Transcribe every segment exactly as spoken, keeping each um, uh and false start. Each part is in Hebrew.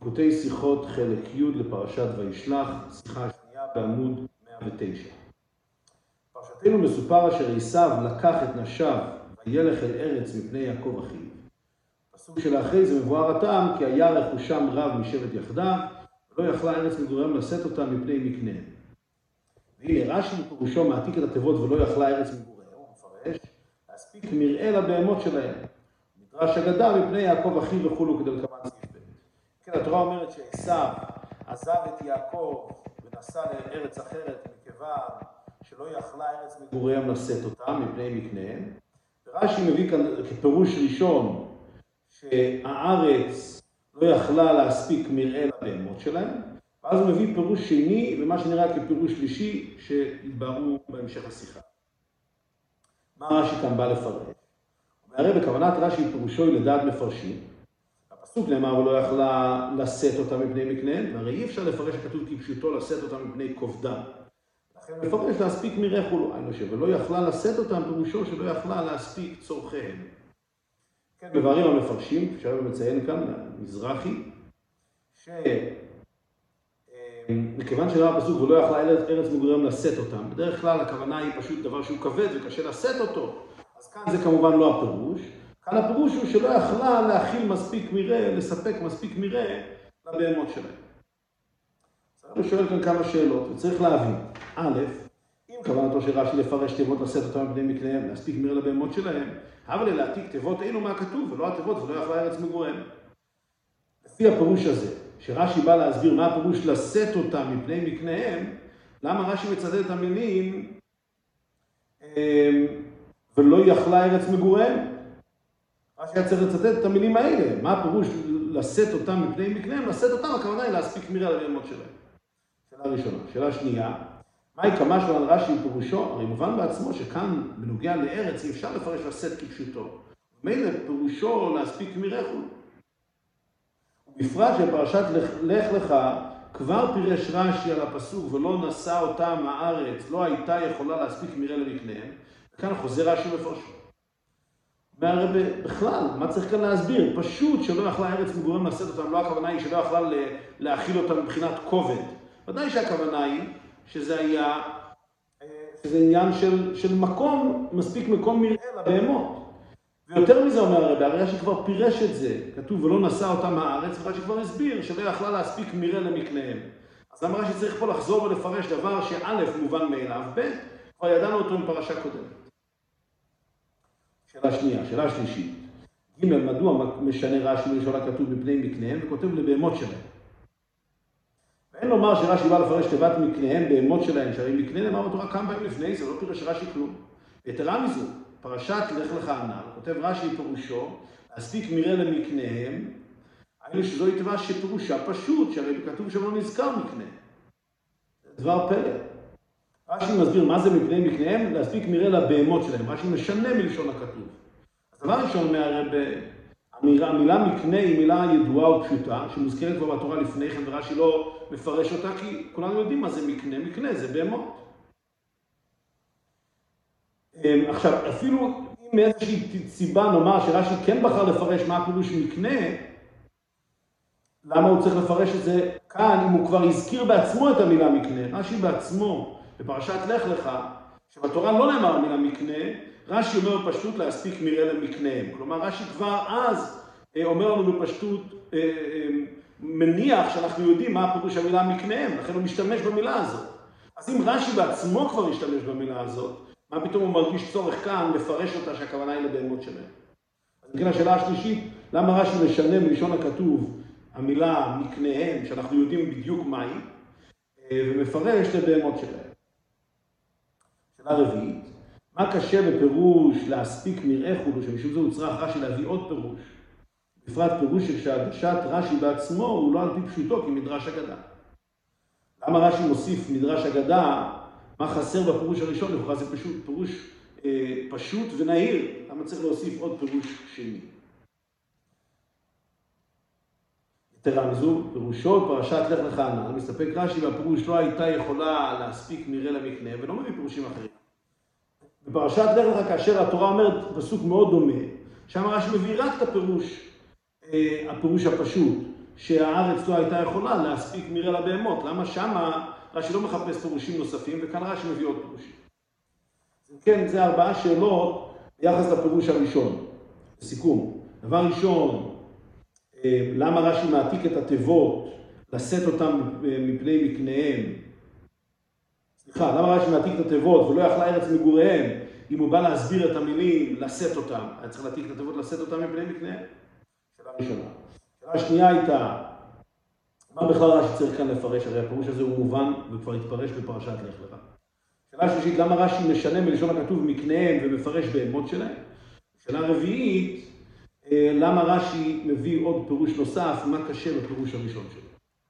ליקוטי שיחות חלק י' לפרשת וישלח, שיחה השנייה בעמוד מאה ותשע. פרשתנו מסופר אשר עשיו לקח את נשיו וילך אל ארץ מפני יעקב אחיו. פסוק שלאחרי זה מבואר הטעם כי היה רכושם רב משבט יחדיו ולא יכלה ארץ מגוריהם לשאת אותם מפני מקניהם. והנה רש"י בפירושו מעתיק את התיבות ולא יכלה ארץ מגוריהם, הוא מפרש, להספיק מרעה לבהמות שלהם. מדרש אגדה מפני יעקב אחיו וכולו כדלקמן סעיף ב'. כן, התורה אומרת שעשיו עזב את יעקב ונסע לארץ אחרת מכיוון שלא יכלה ארץ מגוריהם לשאת אותם מפני מקניהם. ורש"י מביא כאן כפירוש ראשון שהארץ לא יכלה להספיק מרעה לבהמות שלהם, ואז הוא מביא פירוש שני ומה שנראה כפירוש שלישי שיתבהרו בהמשך השיחה. מה רש"י כאן בא לפרש? והרי בכוונת רש"י פירושו היא לדעת מפרשים. הפסוק נאמר ולא יכלה לשאת אותם מפני מקניהם, והרי אי אפשר לפרש הכתוב כפשוטו לשאת אותם מפני כובדם. לכן מפרש להספיק מרעה כולו, היינו שלא יכלה לשאת אותם פירושו שלא יכלה להספיק צורכיהם. כן, מבארים המפרשים, אפשר לציין כאן, מזרחי, שמכיוון שנאמר הפסוק ולא יכלה ארץ מגוריהם לשאת אותם, בדרך כלל הכוונה היא פשוט דבר שהוא כבד וקשה לשאת אותו. אז כאן זה כמובן לא הפירוש. כאן הפירוש הוא שלא יכלה להכיל מספיק מרעה, לספק מספיק מרעה לבהמות שלהם. אז אני שואל כאן כמה שאלות, וצריך להבין. א', אם כוונתו של רש"י לפרש תיבות לשאת אותם מפני מקניהם, להספיק מרעה לבהמות שלהם, אבל להעתיק תיבות אלו מהכתוב, ולא התיבות ולא יכלה ארץ מגוריהם. לפי הפירוש הזה, שרש"י בא להסביר מה הפירוש לשאת אותם מפני מקניהם, למה רש"י מצטט את המילים ולא יכלה ארץ מגוריהם? רש"י היה צריך לצטט את המילים האלה. מה הפירוש לשאת אותם מפני מקניהם? לשאת אותם, הכוונה היא להספיק מרעה לבהמות שלהם. שאלה ראשונה. שאלה שנייה, מהי כמשמע על רש"י פירושו? הרי מובן בעצמו שכאן בנוגע לארץ אי אפשר לפרש לשאת כפשוטו. מילא פירושו להספיק מרעה כולו. ובפרט שפרשת לך לך כבר פירש רש"י על הפסוק ולא נשא אותם הארץ, לא הייתה יכולה להספיק מרעה למקניהם. וכאן חוזר רש"י מפרשו. והרי בכלל, מה צריך כאן להסביר? פשוט שלא יכלה ארץ מגוריהם לשאת אותם, לא הכוונה היא שלא יכלה להכיל אותם מבחינת כובד. ודאי שהכוונה היא שזה היה, שזה עניין של, של מקום, מספיק מקום מרעה לבהמות. ויותר מזה אומר הרבי, הרי רש"י כבר פירש את זה, כתוב ולא נשא אותם הארץ, ורש"י כבר הסביר שלא יכלה להספיק מרעה למקניהם. אז למה רש"י צריך פה לחזור ולפרש דבר שא' מובן מאליו, ב' כבר ידענו אותו מפרשה קודמת. שאלה שנייה, שאלה שלישית. ג' מדוע משנה רש"י מלשון הכתוב מפני מקניהם וכותב לבהמות שלהם? ואין לומר שרש"י בא לפרש תיבת מקניהם בהמות שלהם, שהרי מקנה נאמר בתורה כמה פעמים לפני זה, לא פירש רש"י כלום. יתרה מזו, פרשת לך לך הנ"ל, כותב רש"י פירושו, להספיק מרעה למקניהם, היינו שזוהי תיבה שפירושה פשוט, שהרי כתוב שם לא נזכר מקנה. זה דבר פלא. רש"י מסביר מה זה מפני מקניהם, להספיק מרעה לבהמות שלהם. רש"י משנה מלשון הכתוב. אז דבר ראשון מהרב, המילה, המילה מקנה היא מילה ידועה ופשוטה, שמוזכרת כבר בתורה לפני כן, ורש"י לא מפרש אותה, כי כולנו יודעים מה זה מקנה. מקנה זה בהמות. עכשיו, אפילו אם מאיזושהי סיבה נאמר שרש"י כן בחר לפרש מה הפירוש מקנה, למה הוא צריך לפרש את זה כאן, אם הוא כבר הזכיר בעצמו את המילה מקנה? רש"י בעצמו, בפרשת לך לך, שבתורה לא נאמר המילה מקנה, רש"י אומר פשוט להספיק מרעה למקניהם. כלומר, רש"י כבר אז אומר לנו בפשטות, מניח שאנחנו יודעים מה הפירוש המילה מקניהם, לכן הוא משתמש במילה הזאת. אז אם רש"י בעצמו כבר השתמש במילה הזאת, מה פתאום הוא מרגיש צורך כאן לפרש אותה שהכוונה היא לבהמות שלהם? אז מכן השאלה השלישית, למה רש"י משנה מלשון הכתוב המילה מקניהם, שאנחנו יודעים בדיוק מהי, ומפרש לבהמות שלהם? שאלה רביעית, מה קשה בפירוש להספיק מרעה כולו, שמשום זה הוא צריך רש"י להביא עוד פירוש, בפרט פירוש שכשהגשת רש"י בעצמו הוא לא על פי פשוטו כמדרש אגדה. למה רש"י מוסיף מדרש אגדה? מה חסר בפירוש הראשון? לכאורה זה פשוט, פירוש אה, פשוט ונהיר. למה צריך להוסיף עוד פירוש שני? יתרה מזו, פירושו פרשת לך לך הנ"ל, מסתפק רש"י והפירוש לא הייתה יכולה להספיק מרעה למקנה, ולא מביא פירושים אחרים. בפרשת לך לך, כאשר התורה אומרת פסוק מאוד דומה, שם רש"י מביא רק את הפירוש, אה, הפירוש הפשוט, שהארץ לא הייתה יכולה להספיק מרעה לבהמות. למה שמה רש"י לא מחפש פירושים נוספים, וכאן רש"י מביא עוד פירושים. כן, זה ארבעה שאלות ביחס לפירוש הראשון. לסיכום, דבר ראשון, למה רש"י מעתיק את התיבות, לשאת אותם מפני מקניהם? סליחה, למה רש"י מעתיק את התיבות ולא יכלה ארץ מגוריהם, אם הוא בא להסביר את המילים, לשאת אותם? היה צריך להעתיק את התיבות, לשאת אותם מפני מקניהם? שאלה ראשונה. שאלה שנייה הייתה, מה בכלל רש"י צריך כאן לפרש? הרי הפירוש הזה הוא מובן וכבר התפרש בפרשת לך לך. שאלה שלישית, למה רש"י משנה מלשון הכתוב מקניהם ומפרש בהמות שלהם? שאלה רביעית, למה רש"י מביא עוד פירוש נוסף, מה קשה בפירוש הראשון שלו?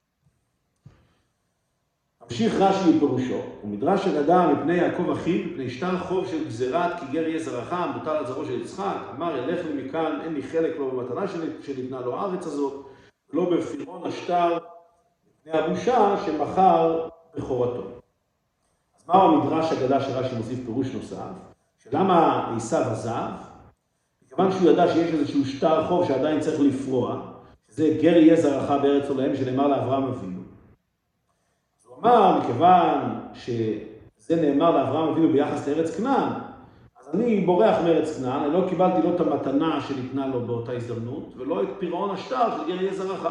המשיך רש"י בפירושו, ומדרש אגדה מפני יעקב אחיו, מפני שטר חוב של גזירת כי גר יהיה זרעך, מוטל על זרעו של יצחק, אמר ילך לי מכאן, אין לי חלק לא במתנה שניתנה לו הארץ הזאת, ולא בפירעון השטר מפני הבושה שמכר בכורתו. אז מהו המדרש אגדה שרש"י מוסיף פירוש נוסף? שלמה עשיו עזב? מכיוון שהוא ידע שיש איזשהו שטר חוב שעדיין צריך לפרוע, שזה גר יהיה זרעך בארץ עולהם, שנאמר לאברהם אבינו. אז הוא אמר, מכיוון שזה נאמר לאברהם אבינו ביחס לארץ כנען, אז אני בורח מארץ כנען, אני לא קיבלתי לו את המתנה שניתנה לו באותה הזדמנות, ולא את פירעון השטר של גר יהיה זרעך.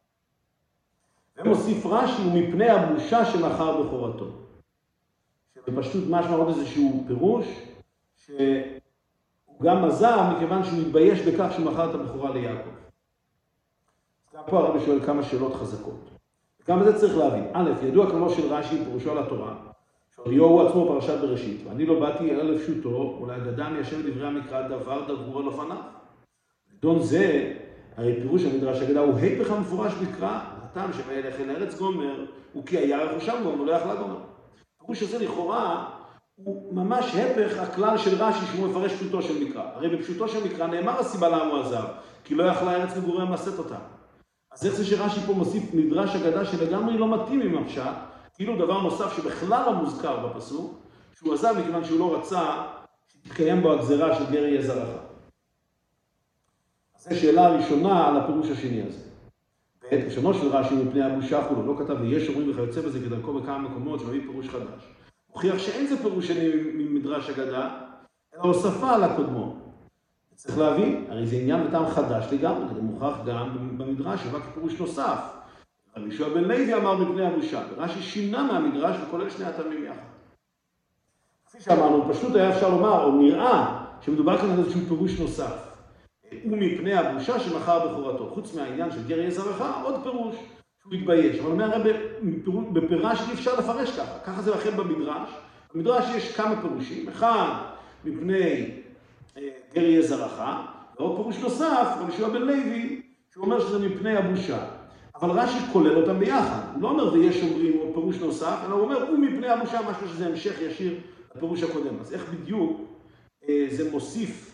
ומוסיף רש"י, ומפני הבושה שמכר בכורתו. שבפשטות משמע עוד איזשהו פירוש, ש... הוא גם עזב מכיוון שהוא מתבייש בכך שהוא מכר את הבכורה ליעקב. אז גם פה הרבי שואל כמה שאלות חזקות. וגם זה צריך להבין. א', ידוע כלמו של רש"י, פירושו על התורה, שאודיו הוא עצמו פרשת בראשית, ואני לא באתי אלא לפשוטו, ולאגדה מיישב דברי המקרא דבר דבור על אופניו. לדון זה, הרי פירוש המדרש אגדה הוא היפך המפורש מקרא, הטעם שבילך אל ארץ גומר, הוא כי היה רכושם גומר, ולא יכלה גומר. הפירוש הזה לכאורה, הוא ממש הפך הכלל של רש"י שהוא מפרש פשוטו של מקרא. הרי בפשוטו של מקרא נאמר הסיבה למה הוא עזב, כי לא יכלה ארץ מגוריהם לשאת אותה. אז איך זה שרש"י פה מוסיף מדרש אגדה שלגמרי לא מתאים עם הפשט, כאילו דבר נוסף שבכלל לא מוזכר בפסוק, שהוא עזב מכיוון שהוא לא רצה שתתקיים בו הגזרה של גר יהיה זרעך. אז זו שאלה הראשונה על הפירוש השני הזה. בעת ראשונו של רש"י מפני הבושה כולו, לא כתב ויש אומרים וכיוצא בזה כדרכו בכמה מקומות שמביא פירוש חדש. הוכיח שאין זה פירוש שני ממדרש אגדה, אלא הוספה על הקודמו. צריך להבין, הרי זה עניין וטעם חדש לגמרי, זה מוכח גם במדרש, שבא כפירוש נוסף. רבי יהושע בן לוי אמר מפני הבושה, ורש"י שינה מהמדרש וכולל שני הטעמים יחד. כפי שאמרנו, פשוט היה אפשר לומר, או נראה, שמדובר כאן על איזשהו פירוש נוסף. ומפני הבושה שמכר בכורתו. חוץ מהעניין של גר יהיה זרעך, עוד פירוש. שהוא מתבייש, אבל אומר הרב, בפירש אי אפשר לפרש ככה, ככה זה לכם במדרש. במדרש יש כמה פירושים, אחד מפני גר יהיה זרעך, ועוד פירוש נוסף, רבי יהושע בן לוי, שהוא אומר שזה מפני הבושה. אבל רש"י כולל אותם ביחד, הוא לא אומר ויש אומרים עוד פירוש נוסף, אלא הוא אומר הוא מפני הבושה, משהו שזה המשך ישיר לפירוש הקודם. אז איך בדיוק זה מוסיף,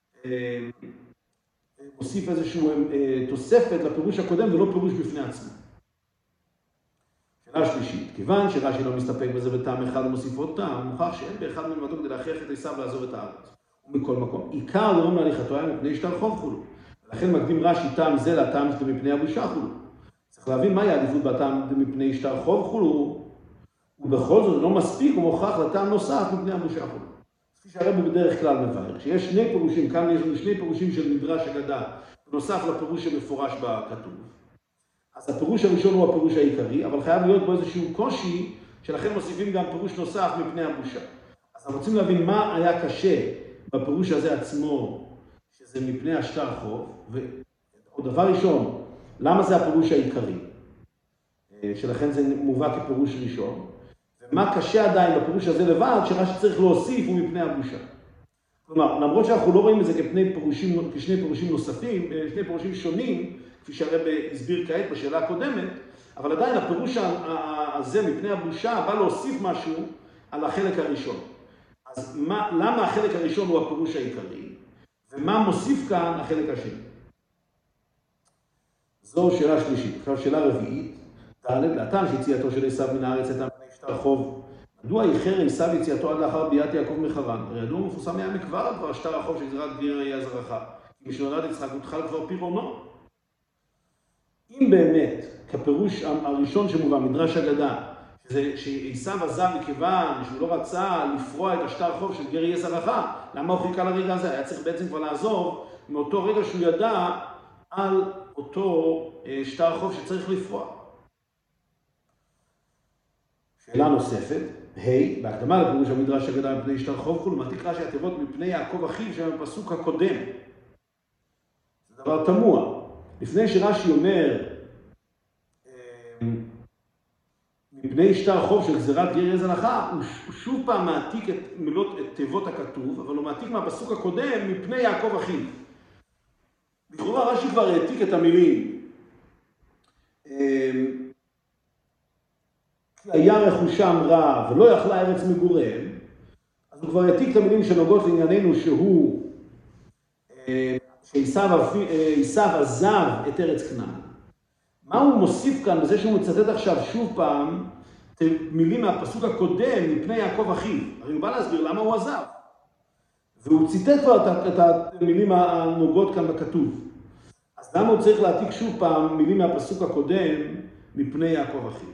מוסיף איזושהי תוספת לפירוש הקודם ולא פירוש בפני עצמו. שאלה שלישית, כיוון שרש"י לא מסתפק בזה בטעם אחד ומוסיף עוד טעם, מוכח שאין באחד מלמדו כדי להכריח את עשיו לעזוב את הארץ. ומכל מקום, עיקר דברים להליכתו היה מפני שטר חוב כולו. ולכן מקדים רש"י טעם זה לטעם שזה מפני הבושה כולו. צריך להבין מהי העדיפות בטעם מפני שטר חוב כולו, ובכל זאת לא מספיק ומוכח לטעם נוסף מפני הבושה כולו. כפי שהרבי בדרך כלל מבאר, שיש שני פירושים, כאן יש לנו שני פירושים של מדרש אגדה, בנוסף לפירוש שמפורש בכתוב. אז הפירוש הראשון הוא הפירוש העיקרי, אבל חייב להיות בו איזשהו קושי, שלכן מוסיפים גם פירוש נוסף מפני הבושה. אז אנחנו רוצים להבין מה היה קשה בפירוש הזה עצמו, שזה מפני השטר חוב, ודבר ראשון, למה זה הפירוש העיקרי? שלכן זה מובא כפירוש ראשון. ומה קשה עדיין בפירוש הזה לבד, שרש"י צריך להוסיף הוא מפני הבושה. כלומר, למרות שאנחנו לא רואים את זה כפני פירושים, כשני פירושים נוספים, שני פירושים שונים, כפי שהרבי הסביר כעת בשאלה הקודמת, אבל עדיין הפירוש הזה מפני הבושה בא להוסיף משהו על החלק הראשון. אז מה, למה החלק הראשון הוא הפירוש העיקרי, ומה מוסיף כאן החלק השני? זו שאלה שלישית. עכשיו שאלה רביעית, להטעם שיציאתו של עשיו מן הארץ הייתה מפני שטר חוב. מדוע איחר עשיו יציאתו עד לאחר ביאת יעקב מחרן? הרי ידוע מפורסם היה מכבר כבר שטר החוב של גזירת גר יהיה זרעך. כי משנולד יצחק הותחל כבר פירעונו. אם באמת, כפירוש הראשון שמובא, מדרש אגדה, שזה שעשיו עזב מכיוון שהוא לא רצה לפרוע את השטר חוב של גר יהיה זרעך, למה הוא חיכה לרגע הזה? היה צריך בעצם כבר לעזוב מאותו רגע שהוא ידע על אותו שטר חוב שצריך לפרוע. שאלה נוספת, היי, בהקדמה לפירוש המדרש אגדה מפני שטר חוב כולו, מה תקרא שהתיבות מפני יעקב אחיו שהם בפסוק הקודם? זה דבר תמוה. לפני שרש"י אומר, מפני שטר חוב של גזירת גר יהיה זרעך, הוא שוב פעם מעתיק את מילות, את תיבות הכתוב, אבל הוא מעתיק מהפסוק הקודם מפני יעקב אחיו. לכאורה רש"י כבר העתיק את המילים. כי היה רכושם רע ולא יכלה ארץ מגוריהם, אז הוא כבר העתיק את המילים שנוגעות לענייננו שהוא, שעשיו עזב את ארץ כנען. מה הוא מוסיף כאן בזה שהוא מצטט עכשיו שוב פעם מילים מהפסוק הקודם מפני יעקב אחיו? הרי הוא בא להסביר למה הוא עזב. והוא ציטט כבר את המילים הנוגעות כאן בכתוב. אז למה הוא צריך להעתיק שוב פעם מילים מהפסוק הקודם מפני יעקב אחיו?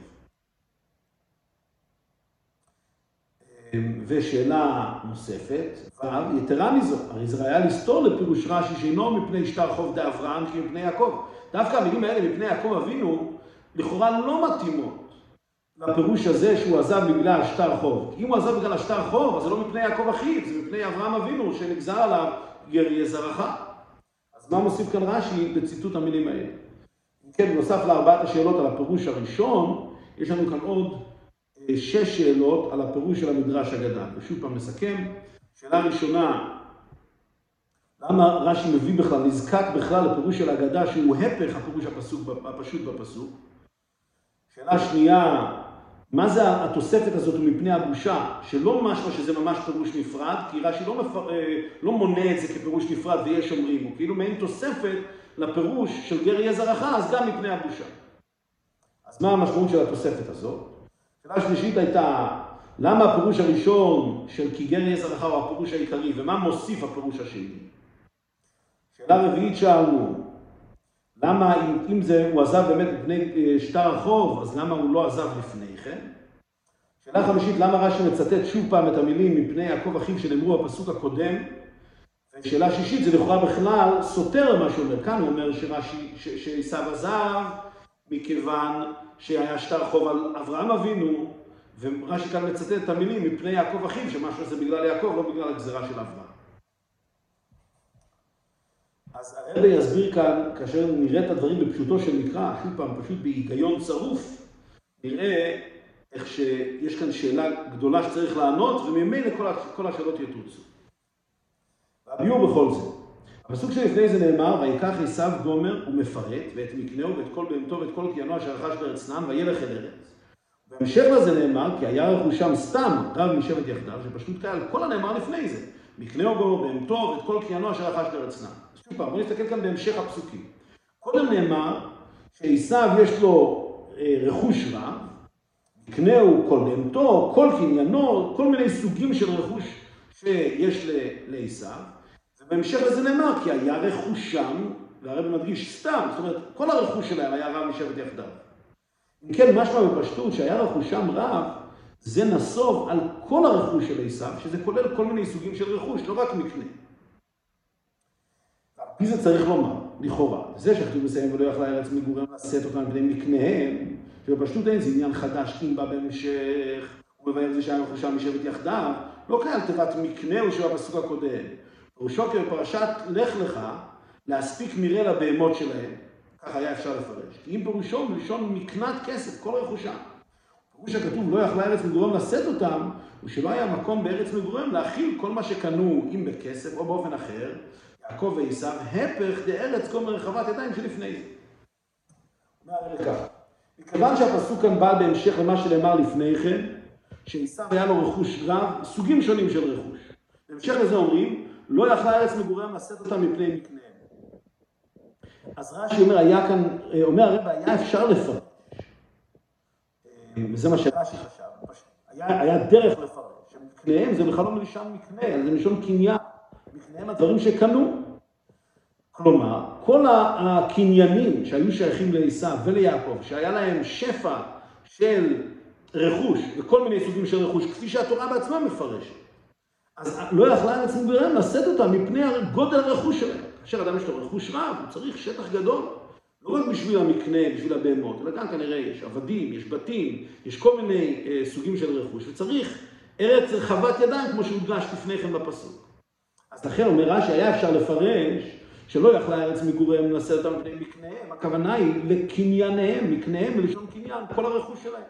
ושאלה נוספת, ו' יתרה מזו, הרי זה היה לסתור לפירוש רש"י שאינו מפני שטר חוב דאברהם כי מפני יעקב. דווקא המילים האלה מפני יעקב אבינו לכאורה לא מתאימות לפירוש הזה שהוא עזב בגלל שטר חוב. כי אם הוא עזב בגלל השטר חוב, אז זה לא מפני יעקב אחיו, זה מפני אברהם אבינו שנגזר עליו גר יהיה זרעך. אז מה מוסיף כאן רש"י בציטוט המילים האלה? כן, בנוסף לארבעת השאלות על הפירוש הראשון, יש לנו כאן עוד שש שאלות על הפירוש של המדרש אגדה. ושוב פעם נסכם. שאלה ראשונה, למה רש"י מביא בכלל, נזקק בכלל לפירוש של האגדה שהוא הפך הפירוש הפסוק, הפשוט בפסוק? שאלה שנייה, מה זה התוספת הזאת מפני הבושה, שלא משהו שזה ממש פירוש נפרד, כי רש"י לא, מפר... לא מונה את זה כפירוש נפרד ויש אומרים, הוא כאילו מעין תוספת לפירוש של גר יהיה זרעך, אז גם מפני הבושה. אז מה המשמעות של התוספת הזאת? שאלה שלישית הייתה, למה הפירוש הראשון של כי גר יהיה זרעך הוא הפירוש העיקרי, ומה מוסיף הפירוש השני? שאלה רביעית שאלנו, למה אם, אם זה, הוא עזב באמת מפני שטר החוב, אז למה הוא לא עזב לפני כן? שאלה חמישית, למה רש"י מצטט שוב פעם את המילים מפני יעקב אחיו שנאמרו בפסוק הקודם? ושאלה שישית, זה לכאורה בכלל סותר למה שאומר כאן, הוא אומר שרש"י, שעשיו עזב מכיוון שהיה שטר חוב על אברהם אבינו, ורש"י כאן מצטט את המילים מפני יעקב אחיו, שמשהו זה בגלל יעקב, לא בגלל הגזרה של אברהם. אז הרבי יסביר כאן, כאשר נראה את הדברים בפשוטו של מקרא, שוב פעם, פשוט בהיגיון צרוף, נראה איך שיש כאן שאלה גדולה שצריך לענות, וממילא כל, כל השאלות יתוצו. והביאור בכל זה. הפסוק שלפני זה נאמר, ויקח עשיו גומר ומפרט, ואת מקנהו ואת כל בהמתו ואת כל קניינו אשר רכש בארץ כנען, וילך אל ארץ. בהמשך לזה נאמר, כי היה רכושם סתם רב משבט יחדיו, שפשוט קהל כל הנאמר לפני זה. מקנהו גומר בהמתו ואת כל קניינו אשר רכש בארץ כנען. שוב פעם, בואו נסתכל כאן בהמשך הפסוקים. קודם נאמר שעשיו יש לו אה, רכוש רב, מקנהו כל בהמתו, כל קניינו, כל מיני סוגים של רכוש שיש לעשיו. ובהמשך לזה נאמר, כי היה רכושם, והרבי מדגיש סתם, זאת אומרת, כל הרכוש שלהם היה רב משבט יחדיו. אם כן, משמע בפשטות שהיה רכושם רב, זה נסוב על כל הרכוש של עשיו, שזה כולל כל מיני סוגים של רכוש, לא רק מקנה. מי זה צריך לומר, לכאורה, זה שכתוב מסיים ולא יכלה ארץ מגוריהם לשאת אותם בני מקניהם, שבפשטות אין זה עניין חדש, כי אם בא בהמשך, הוא מבאר זה שהיה רכושם משבט יחדיו, לא קהל תיבת מקנהו שהוא הפסוק הקודם. פירושו כפרשת לך לך, להספיק מראה לבהמות שלהם. כך היה אפשר לפרש. כי אם פירושו מלשון מקנת כסף, כל רכושם. פירוש הכתוב לא יכלה ארץ מגוריהם לשאת אותם, הוא שלא היה מקום בארץ מגוריהם להכיל כל מה שקנו, אם בכסף או באופן אחר, יעקב ועשיו, הפך דארץ גומר רחבת ידיים שלפני זה. אומר הרי כך, מכיוון שהפסוק כאן בא בהמשך למה שנאמר לפני כן, שעשיו היה לו רכוש רב, סוגים שונים של רכוש. בהמשך לזה אומרים, לא יכלה ארץ מגוריהם לשאת אותם מפני מקניהם. אז רש"י אומר, היה כאן, אומר הרב, היה אפשר לפרש. וזה מה שרש"י חשב. היה, היה דרך לפרש. שמקניהם זה בכלל לא מלשון מקנה, זה מלשון קניין. מקניהם הדברים שקנו. כלומר, כל הקניינים שהיו שייכים לעשיו וליעקב, שהיה להם שפע של רכוש, וכל מיני סוגים של רכוש, כפי שהתורה בעצמה מפרשת, אז לא יכלה ארץ מגוריהם לשאת אותם מפני גודל הרכוש שלהם. כאשר אדם יש לו רכוש רב, הוא צריך שטח גדול. לא רק בשביל המקנה, בשביל הבהמות, אלא גם כנראה יש עבדים, יש בתים, יש כל מיני אה, סוגים של רכוש, וצריך ארץ רחבת ידיים, כמו שהודגש לפני כן בפסוק. אז לכן אומר רש"י, היה אפשר לפרש שלא יכלה ארץ מגוריהם לשאת אותם מפני מקניהם, הכוונה היא לקנייניהם, מקניהם מלשון קניין, כל הרכוש שלהם.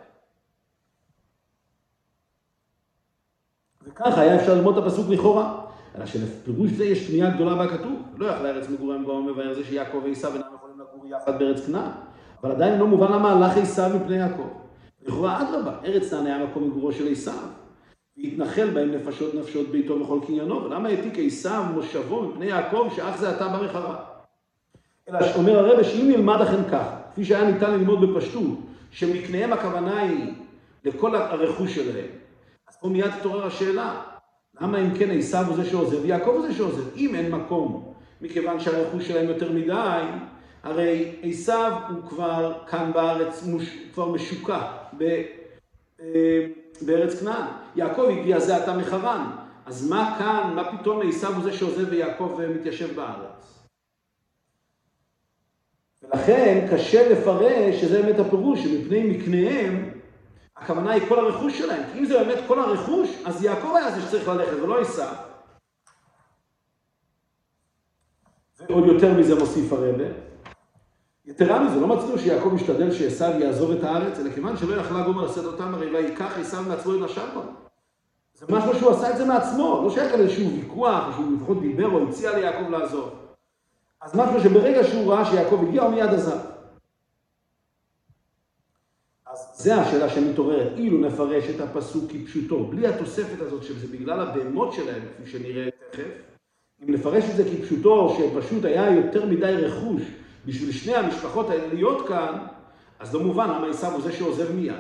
וככה היה אפשר ללמוד את הפסוק לכאורה, אלא שלפירוש זה יש תמיהה גדולה בכתוב, לא יכלה ארץ מגוריהם גאון מבאר זה שיעקב ועשיו אינם יכולים לגור יחד בארץ כנען, אבל עדיין לא מובן למה הלך עשיו מפני יעקב. לכאורה אדרבה, ארץ כנען היה מקום מגורו של עשיו, והתנחל בהם נפשות נפשות ביתו וכל קניינו, ולמה העתיק עשיו מושבו מפני יעקב שאך זה עתה ברך הרע? אלא שאומר הרב שאם נלמד אכן כך, כפי שהיה ניתן ללמוד בפשטות, שמקניהם הכוונה היא לכל הרכוש שלהם, אז פה מיד תתעורר השאלה, למה אם כן עשיו הוא זה שעוזב, ויעקב הוא זה שעוזב? אם אין מקום, מכיוון שהרכוש שלהם יותר מדי, הרי עשיו הוא כבר כאן בארץ, מוש, כבר משוקע ב, אה, בארץ כנען. יעקב הגיע זה עתה מחרן, אז מה כאן, מה פתאום עשיו הוא זה שעוזב ויעקב מתיישב בארץ? ולכן קשה לפרש שזה באמת הפירוש, שמפני מקניהם, הכוונה היא כל הרכוש שלהם, כי אם זה באמת כל הרכוש, אז יעקב היה זה שצריך ללכת, ולא עשיו. ועוד יותר מזה מוסיף הרבה. יתרה מזה, לא מצאנו שיעקב משתדל שעשיו יעזוב את הארץ, אלא כיוון שלא יכלה גומר לשאת אותם, הרי ויקח עשיו מעצמו את נשם בו. זה משהו שהוא עשה את זה מעצמו, לא שהיה כאן איזשהו ויכוח, או שהוא לפחות דיבר או הציע ליעקב לעזוב. אז משהו שברגע שהוא ראה שיעקב הגיע, הוא מיד עזב. אז זה השאלה שמתעוררת, אילו נפרש את הפסוק כפשוטו, בלי התוספת הזאת שזה בגלל הבהמות שלהם, כפי שנראה תכף, אם נפרש את זה כפשוטו, שפשוט היה יותר מדי רכוש בשביל שני המשפחות האלה להיות כאן, אז לא מובן למה עשיו הוא זה שעוזב מיד.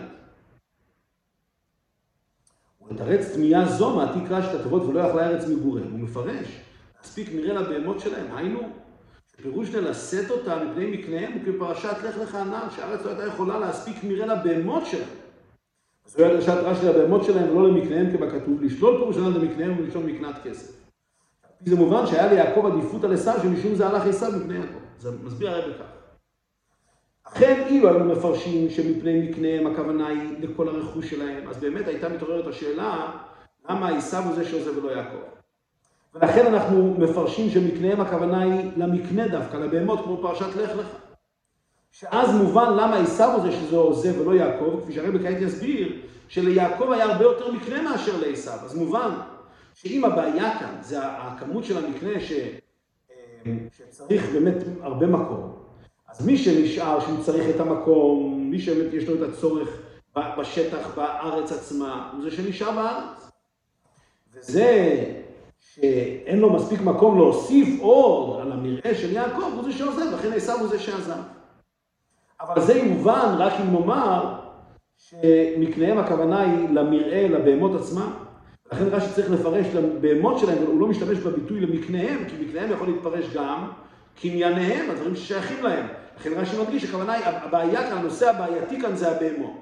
ולתרץ תמיהה זו מעתיק רש"י את הטובות ולא יכלה ארץ מגוריהם, הוא מפרש, להספיק מראה לבהמות שלהם, היינו, שפירוש לשאת אותה מפני מקניהם הוא כפרשת לך לך הנ"ל, שהארץ לא הייתה יכולה להספיק מראה לבהמות שלהם. אז הוא היה דרשת רש"י לבהמות שלהם ולא למקניהם כבכתוב, לשלול פירוש למקניהם ולשלול מקנת כסף. זה מובן שהיה ליעקב עדיפות על עשיו, שמשום זה הלך עשיו מפני יעקב. זה מסביר הרב בכך. אכן, אילו היינו מפרשים שמפני מקניהם הכוונה היא לכל הרכוש שלהם, אז באמת הייתה מתעוררת השאלה, למה עשיו הוא זה שעוזב ולא יעקב? ולכן אנחנו מפרשים שמקניהם הכוונה היא למקנה דווקא, לבהמות, כמו פרשת לך לך. שאז מובן למה עשיו הוא זה שזה עוזב ולא יעקב, כפי שהרב כעת יסביר, שליעקב היה הרבה יותר מקנה מאשר לעשיו. אז מובן שאם הבעיה כאן זה הכמות של המקנה ש... שצריך באמת הרבה מקום, אז מי שנשאר שהוא צריך את המקום, מי שבאמת יש לו את הצורך בשטח, בארץ עצמה, הוא זה שנשאר בארץ. וזה שאין לו מספיק מקום להוסיף עוד על המראה של יעקב, הוא זה שעוזב, לכן עשיו הוא זה שעזב. אבל זה יובן רק אם נאמר שמקניהם הכוונה היא למראה, לבהמות עצמם. לכן רש"י צריך לפרש לבהמות שלהם, הוא לא משתמש בביטוי למקניהם, כי מקניהם יכול להתפרש גם קנייניהם, הדברים ששייכים להם. לכן רש"י מדגיש הכוונה היא, הבעיה כאן, הנושא הבעייתי כאן זה הבהמות.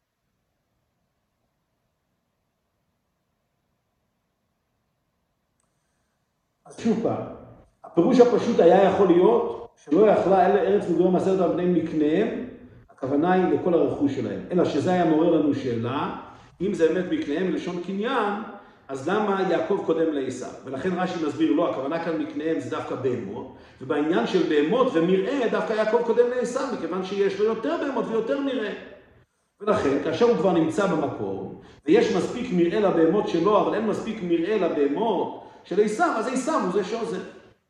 אז שוב פעם, הפירוש הפשוט היה יכול להיות שלא יכלה ארץ מגוריהם עשרת על בני מקניהם, הכוונה היא לכל הרכוש שלהם. אלא שזה היה מעורר לנו שאלה, אם זה באמת מקניהם לשון קניין, אז למה יעקב קודם לעשיו? ולכן רש"י מסביר, לא, הכוונה כאן מקניהם זה דווקא בהמות, ובעניין של בהמות ומרעה דווקא יעקב קודם לעשיו, מכיוון שיש לו יותר בהמות ויותר מרעה. ולכן, כאשר הוא כבר נמצא במקום, ויש מספיק מרעה לבהמות שלו, אבל אין מספיק מרעה לבהמות של עשיו, אז עשיו הוא זה שעוזב.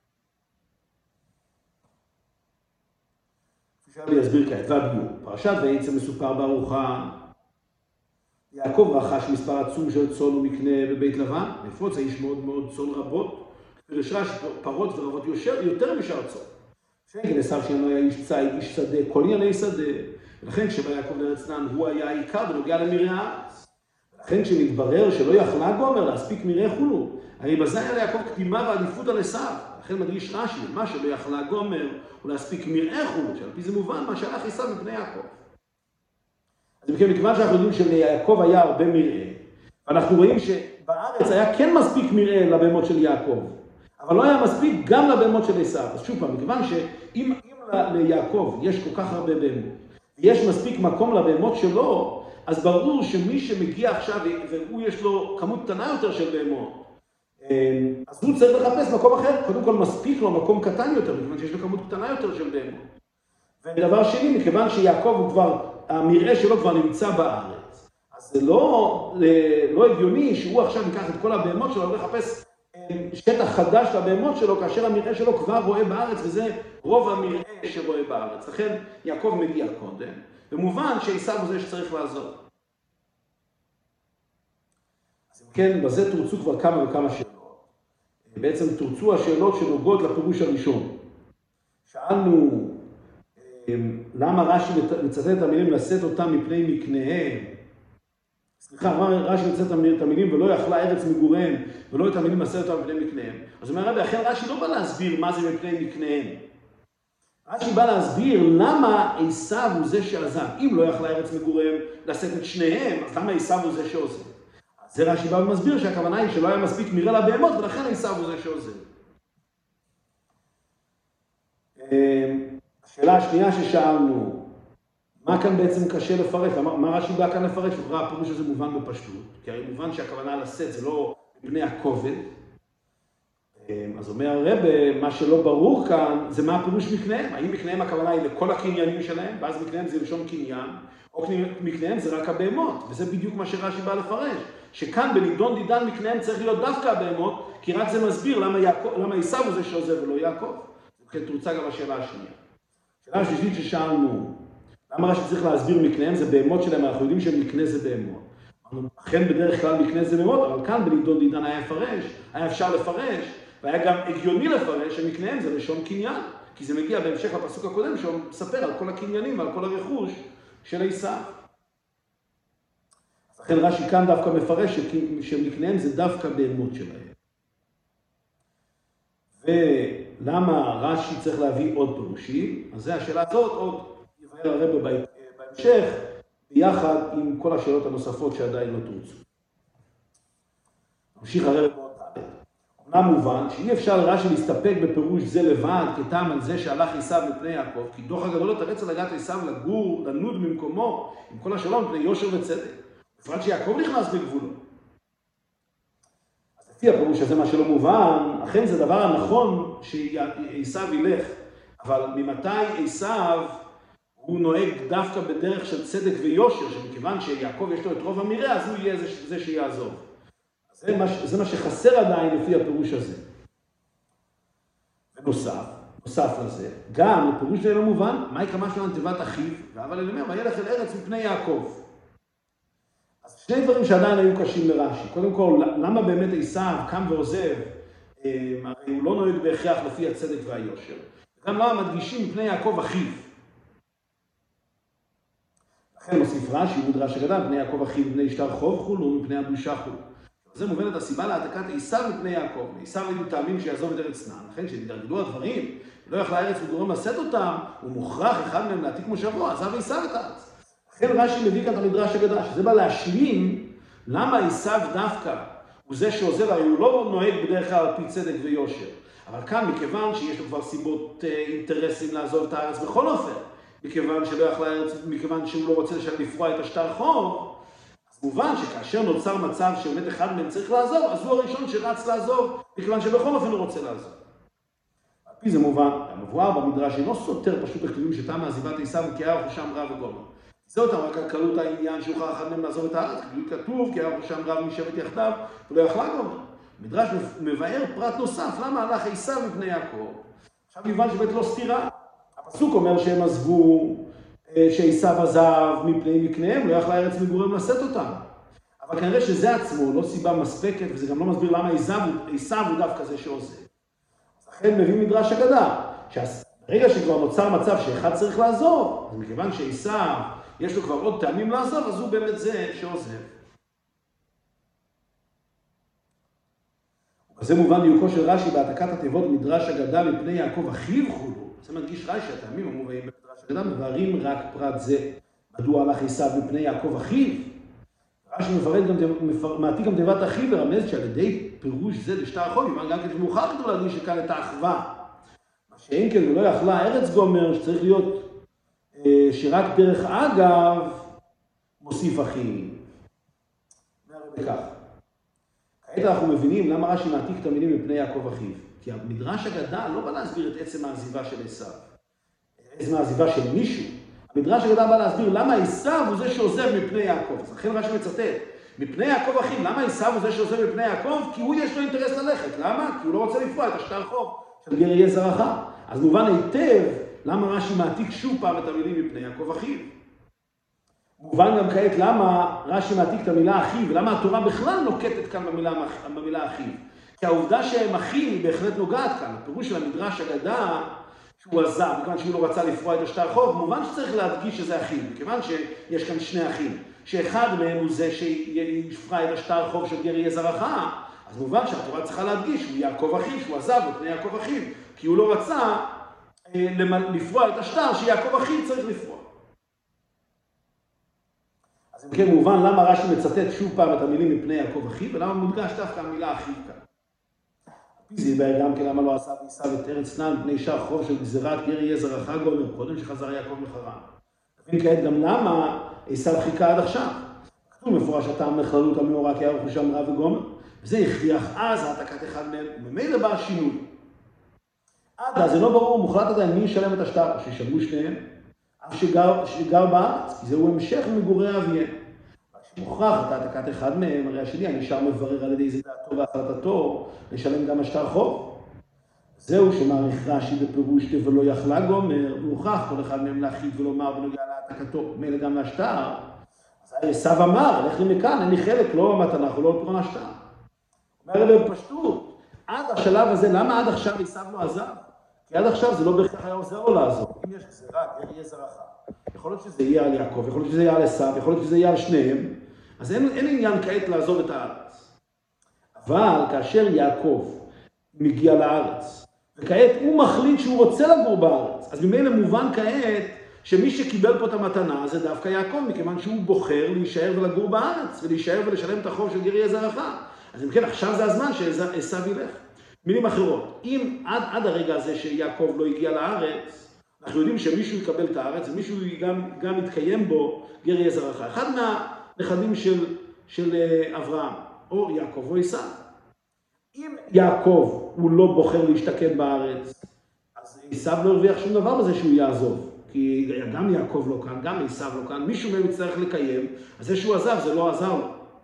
עכשיו אני אסביר כעת, והביאור. פרשת ויצא מסופר בארוחה, יעקב רכש מספר עצום של צאן ומקנה בבית לבן, והפרוץ האיש מאוד מאוד צאן רבות, פירש רש"י פרות ורבות יותר משאר צאן. שכן עשיו שאינו היה איש ציד, איש שדה, כל ענייני שדה, ולכן כשבא יעקב לארץ כנען הוא היה העיקר בנוגע למרעה הארץ. ולכן כשמתברר שלא יכלה גומר להספיק מרעה חולו, הרי בזה היה ליעקב קדימה ועדיפות על עשיו. לכן מדגיש רש"י, מה שלא יכלה גומר ולהספיק מרעה חוט, שעל פי זה מובן מה שהלך עשיו מפני יעקב. אז מכיוון שאנחנו יודעים שליעקב היה הרבה מרעה, ואנחנו רואים שבארץ היה כן מספיק מרעה לבהמות של יעקב, אבל לא היה מספיק גם לבהמות של עשיו. אז שוב פעם, מכיוון שאם ליעקב יש כל כך הרבה בהמות, ויש מספיק מקום לבהמות שלו, אז ברור שמי שמגיע עכשיו והוא יש לו כמות קטנה יותר של בהמות, אז הוא צריך לחפש מקום אחר. קודם כל מספיק לו מקום קטן יותר, מכיוון שיש לו כמות קטנה יותר של בהמות. ודבר שני, מכיוון שיעקב הוא כבר, המרעה שלו כבר נמצא בארץ, אז זה לא, לא הגיוני שהוא עכשיו ייקח את כל הבהמות שלו ולחפש שטח חדש לבהמות שלו, כאשר המרעה שלו כבר רואה בארץ, וזה רוב המרעה שרואה בארץ. לכן יעקב מגיע קודם, במובן שעשיו הוא זה שצריך לעזור. אז כן, בזה תורצו כבר כמה וכמה שאלות. בעצם תורצו השאלות שנוגעות לפירוש הראשון. שאלנו, למה רש"י מצטט את המילים לשאת אותם מפני מקניהם? סליחה, אמר רש"י מצטט את המילים ולא יכלה ארץ מגוריהם, ולא את המילים לשאת אותם מפני מקניהם. אז אומר הרבי, אכן רש"י לא בא להסביר מה זה מפני מקניהם. רש"י בא להסביר למה עשיו הוא זה שעזב. אם לא יכלה ארץ מגוריהם לשאת את שניהם, אז למה עשיו הוא זה שעוזב? אז זה רש"י בא ומסביר שהכוונה היא שלא היה מספיק מרעה לבהמות, ולכן עשיו הוא זה שעוזב. השאלה השנייה ששאלנו, מה כאן בעצם קשה לפרש? מה רש"י בא כאן לפרש? וכבר הפירוש הזה מובן בפשטות, כי הרי מובן שהכוונה לשאת זה לא מפני הכובד. אז אומר הרב, מה שלא ברור כאן זה מה הפירוש מקניהם. האם מקניהם הכוונה היא לכל הקניינים שלהם, ואז מקניהם זה לשון קניין, או מקניהם זה רק הבהמות, וזה בדיוק מה שרש"י בא לפרש. שכאן בנידון דידן מקניהם צריך להיות דווקא הבהמות, כי רק זה מסביר למה עשיו הוא זה שעוזב ולא יעקב. וכן תורצה גם השאלה השנייה. השאלה השלישית ששאלנו, למה רש"י צריך להסביר מקניהם? זה בהמות שלהם, אנחנו יודעים שמקנה זה בהמות. אכן בדרך כלל מקנה זה בהמות, אבל כאן בנידון דידן היה לפרש, היה אפשר לפרש, והיה גם הגיוני לפרש שמקניהם זה לשון קניין, כי זה מגיע בהמשך לפסוק הקודם שהוא מספר על כל הקניינים ועל כל הרכוש של עשיו. אז לכן רש"י כאן דווקא מפרש שמקניהם זה דווקא בהמות שלהם. ולמה רש"י צריך להביא עוד פירושים? אז זה השאלה הזאת, עוד יבהר הרב בהמשך, ביחד עם כל השאלות הנוספות שעדיין לא תורצו. נמשיך הרב בעוד תעלת. אמנם מובן שאי אפשר לרש"י להסתפק בפירוש זה לבד, כטעם על זה שהלך עשיו מפני יעקב, כי דוח הגדול תרץ על הגעת עשיו לגור, לנוד ממקומו, עם כל השלום מפני יושר וצדק. בפרט שיעקב נכנס בגבולו. לפי הפירוש הזה, מה שלא מובן, אכן זה דבר הנכון שעשיו ילך, אבל ממתי עשיו הוא נוהג דווקא בדרך של צדק ויושר, שמכיוון שיעקב יש לו את רוב המרעה, אז הוא יהיה זה, זה שיעזוב. זה מה, זה מה שחסר עדיין לפי הפירוש הזה. ונוסף, נוסף לזה, גם לפירוש זה לא מובן, מה יקרא שלו נתיבת אחיו, אבל אני אומר, וילך אל ארץ מפני יעקב. אז שני דברים שעדיין היו קשים לרש"י. קודם כל, למה באמת עשיו קם ועוזב? הרי הוא לא נוהג בהכרח לפי הצדק והיושר. וגם למה מדגישים מפני יעקב אחיו. לכן מוסיף רש"י, מדרש אגדה, מפני יעקב אחיו, מפני שטר חוב חול ומפני הבושה חול. זה מובן את הסיבה להעתקת עשיו מפני יעקב. עשיו היו טעמים שיעזוב את ארץ כנען. לכן כשהתגלגלו הדברים, לא יכלה הארץ מגוריהם לשאת אותם, הוא מוכרח אחד מהם להעתיק מושבו, עזב עשיו את הארץ. לכן רש"י מביא כאן את המדרש אגדה, שזה בא להשלים למה עשיו דווקא הוא זה שעוזב, הרי הוא לא נוהג בדרך כלל על פי צדק ויושר. אבל כאן, מכיוון שיש לו כבר סיבות אינטרסים לעזוב את הארץ בכל אופן, מכיוון שלא יכלה הארץ, מכיוון שהוא לא רוצה לפרוע את השטר חוב, אז מובן שכאשר נוצר מצב שבאמת אחד מהם צריך לעזוב, אז הוא הראשון שרץ לעזוב, מכיוון שבכל אופן הוא רוצה לעזוב. על פי זה מובן, המבואר במדרש אינו סותר פשוט הכתובים שטעם מעזיבת עשיו כי היה רכושם רב וגומר. זה אותם רק על קלות העניין שאוכל אחד מהם לעזוב את הארץ, כתוב כי היה רכושם רב משבט יחדיו ולא יכלה גומר. המדרש מבאר פרט נוסף, למה הלך עשיו מפני יעקב? עכשיו יובן שבאמת לא סתירה. הפסוק אומר שהם עזבו, שעשיו עזב מפני מקניהם, לא יכלה ארץ מגוריהם לשאת אותם. אבל כנראה שזה עצמו לא סיבה מספקת, וזה גם לא מסביר למה עשיו הוא דווקא זה שעוזב. אז לכן מביא מדרש אגדה, שברגע שכבר נוצר מצב שאחד צריך לעזוב, אז מכיוון שעשיו יש לו כבר עוד טעמים לעזוב, אז הוא באמת זה שעוזב. אז זה מובן דיוקו של רש"י בהעתקת התיבות מדרש אגדה מפני יעקב אחיו חולו. זה מדגיש רש"י, הטעמים המובאים במדרש אגדה מבארים רק פרט זה. מדוע הלך עשיו מפני יעקב אחיו? רש"י מפרט גם, מעתיק גם תיבת אחיו ורמז שעל ידי פירוש זה לשטר החוב, יאמר גם כן שמאוחר יותר להדגיש שכאן את האחווה. מה שאין כן ולא יכלה ארץ גומר, שצריך להיות אה, שרק דרך אגב מוסיף אחים. נראה בכך. כעת אנחנו מבינים למה רש"י מעתיק את המילים מפני יעקב אחיו. כי המדרש אגדה לא בא להסביר את עצם העזיבה של עשיו. עצם העזיבה של מישהו. המדרש אגדה בא להסביר למה עשיו הוא זה שעוזב מפני יעקב. אז לכן רש"י מצטט, מפני יעקב אחיו, למה עשיו הוא זה שעוזב מפני יעקב? כי הוא יש לו אינטרס ללכת. למה? כי הוא לא רוצה לפרוע את השטר חוב של גר יהיה זרעך. אז מובן היטב למה רש"י מעתיק שוב פעם את המילים מפני יעקב אחיו. מובן גם כעת למה רש"י מעתיק את המילה אחיו, ולמה התורה בכלל נוקטת כאן במילה, במילה אחיו. כי העובדה שהם אחים היא בהחלט נוגעת כאן. הפירוש של המדרש אגדה שהוא עזב, מכיוון שהוא לא רצה לפרוע את השטר חוב, מובן שצריך להדגיש שזה אחיו, מכיוון שיש כאן שני אחים, שאחד מהם הוא זה שיפרע את השטר חוב של גר יהיה זרעך, אז מובן שהתורה צריכה להדגיש שהוא יעקב אחיו, שהוא עזב מפני יעקב אחיו, כי הוא לא רצה לפרוע את השטר שיעקב אחיו צריך לפרוע. אז אם כן מובן למה רש"י מצטט שוב פעם את המילים מפני יעקב אחיו, ולמה מודגש דווקא המילה אחיו כאן. זה יבהר גם כן למה לא עשה ועשיו את ארץ כנען מפני שער חוב של גזירת גר יהיה זרעך גומר, קודם שחזר יעקב מחרן. נבין כעת גם למה עשיו חיכה עד עכשיו. כתוב מפורש הטעם לכללות המאורע כי היה רכושם רע וגומר, וזה הכריח אז העתקת אחד מהם, וממילא בא השינוי. עד אז זה לא ברור, מוחלט עדיין מי ישלם את השטר, שישלמו שניהם, אף שגר, שגר בארץ, כי זהו המשך מגורי אביהם. מוכרח את העתקת אחד מהם, הרי השני הנשאר מברר על ידי זה דעתו והחלטתו, לשלם גם השטר חוב. זהו שמעריך רש"י בפירוש ולא יכלה גומר, והוכרח כל אחד מהם להחליט ולומר בנוגע להעתקתו, מילא גם להשטר. אז עשיו אמר, לך לי מכאן, אין לי חלק, לא המתנ"ך ולא פתרון השטר. אומר רבי בפשטות, עד השלב הזה, למה עד עכשיו עשיו לא עזב? כי עד עכשיו זה לא בהכרח היה עוזר לו לעזוב. אם יש גזירה, גר יהיה זרעך. יכול להיות שזה יהיה על יעקב, יכול להיות שזה יהיה על עשיו, יכול להיות שזה יהיה על שניהם. אז אין, אין עניין כעת לעזוב את הארץ. אבל כאשר יעקב מגיע לארץ, וכעת הוא מחליט שהוא רוצה לגור בארץ, אז ממילא מובן כעת שמי שקיבל פה את המתנה זה דווקא יעקב, מכיוון שהוא בוחר להישאר ולגור בארץ, ולהישאר ולשלם את החוב של גר יהיה זרעך. אז אם כן, עכשיו זה הזמן שעשיו ילך. מילים אחרות, אם עד, עד הרגע הזה שיעקב לא הגיע לארץ, אנחנו יודעים שמישהו יקבל את הארץ, ומישהו גם, גם יתקיים בו גר יהיה זרעך. אחד מהנכדים של, של אברהם, או יעקב או עשיו. אם יעקב הוא לא בוחר להשתכן בארץ, אז עשיו לא הרוויח שום דבר בזה שהוא יעזוב. כי גם יעקב לא כאן, גם עשיו לא כאן, מישהו מהם יצטרך לקיים, אז זה שהוא עזב זה לא עזר לו.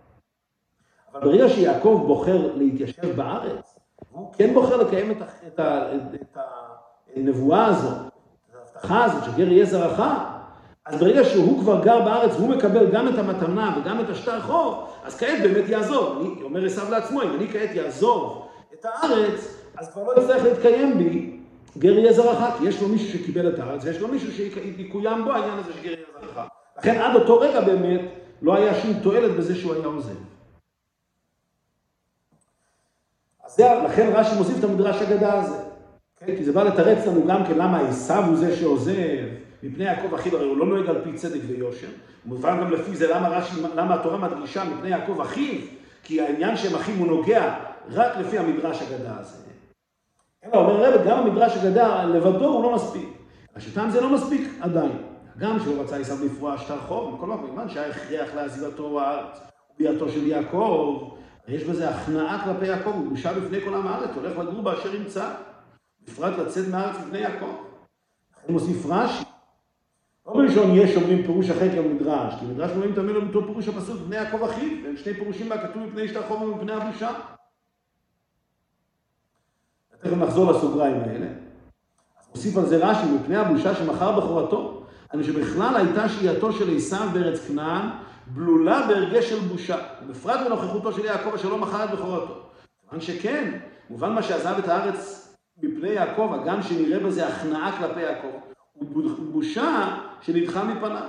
אבל ברגע שיעקב בוחר להתיישב בארץ, הוא כן בוחר לקיים את, את, את הנבואה הזאת, את ההבטחה הזאת שגר יהיה זרעך, אז ברגע שהוא כבר גר בארץ והוא מקבל גם את המתנה וגם את השטר חוב, אז כעת באמת יעזוב. אני אומר עשיו לעצמו, אם אני כעת יעזוב את הארץ, אז כבר לא יצטרך להתקיים בי גר יהיה זרעך, כי יש לו מישהו שקיבל את הארץ, ויש לו מישהו שיקוים בו העניין הזה שגר יהיה זרעך. לכן עד אותו רגע באמת לא היה שום תועלת בזה שהוא היה עוזב. אז לכן רש"י מוסיף את המדרש אגדה הזה. כן? כי זה בא לתרץ לנו גם כן למה עשיו הוא זה שעוזב, מפני יעקב אחיו, הרי הוא לא נוהג על פי צדק ויושר. מובן גם לפי זה למה, רש"י, למה התורה מדגישה מפני יעקב אחיו, כי העניין שהם אחים הוא נוגע רק לפי המדרש אגדה הזה. אלא אומר רבי, גם המדרש אגדה לבדו הוא לא מספיק. השיטה זה לא מספיק עדיין. גם שהוא רצה עשיו לפרוע שטר חוב, בכל מקום, שהיה הכרח לעזיבתו הארץ, וביאתו של יעקב, יש בזה הכנעה כלפי יעקב, הוא בושה בפני כל עם הארץ, הולך לגור באשר ימצא, בפרט לצאת מהארץ בפני יעקב. לכן מוסיף רש"י. לא בראשון יש אומרים פירוש אחר כמדרש, כי מדרש אומרים תמיד לו מתוך פירוש הפסוק בפני יעקב אחיו, והם שני פירושים בה כתוב מפני שטר חוב ומפני הבושה. תכף נחזור לסוגריים האלה. אז מוסיף על זה רש"י, מפני הבושה שמכר בכורתו, אני שבכלל הייתה שהייתו של עשיו בארץ כנען, בלולה בהרגש של בושה, ובפרט בנוכחותו של יעקב אשר לא מכר את בכורתו. כיוון שכן, מובן מה שעזב את הארץ מפני יעקב, הגם שנראה בזה הכנעה כלפי יעקב, הוא בושה שנדחה מפניו.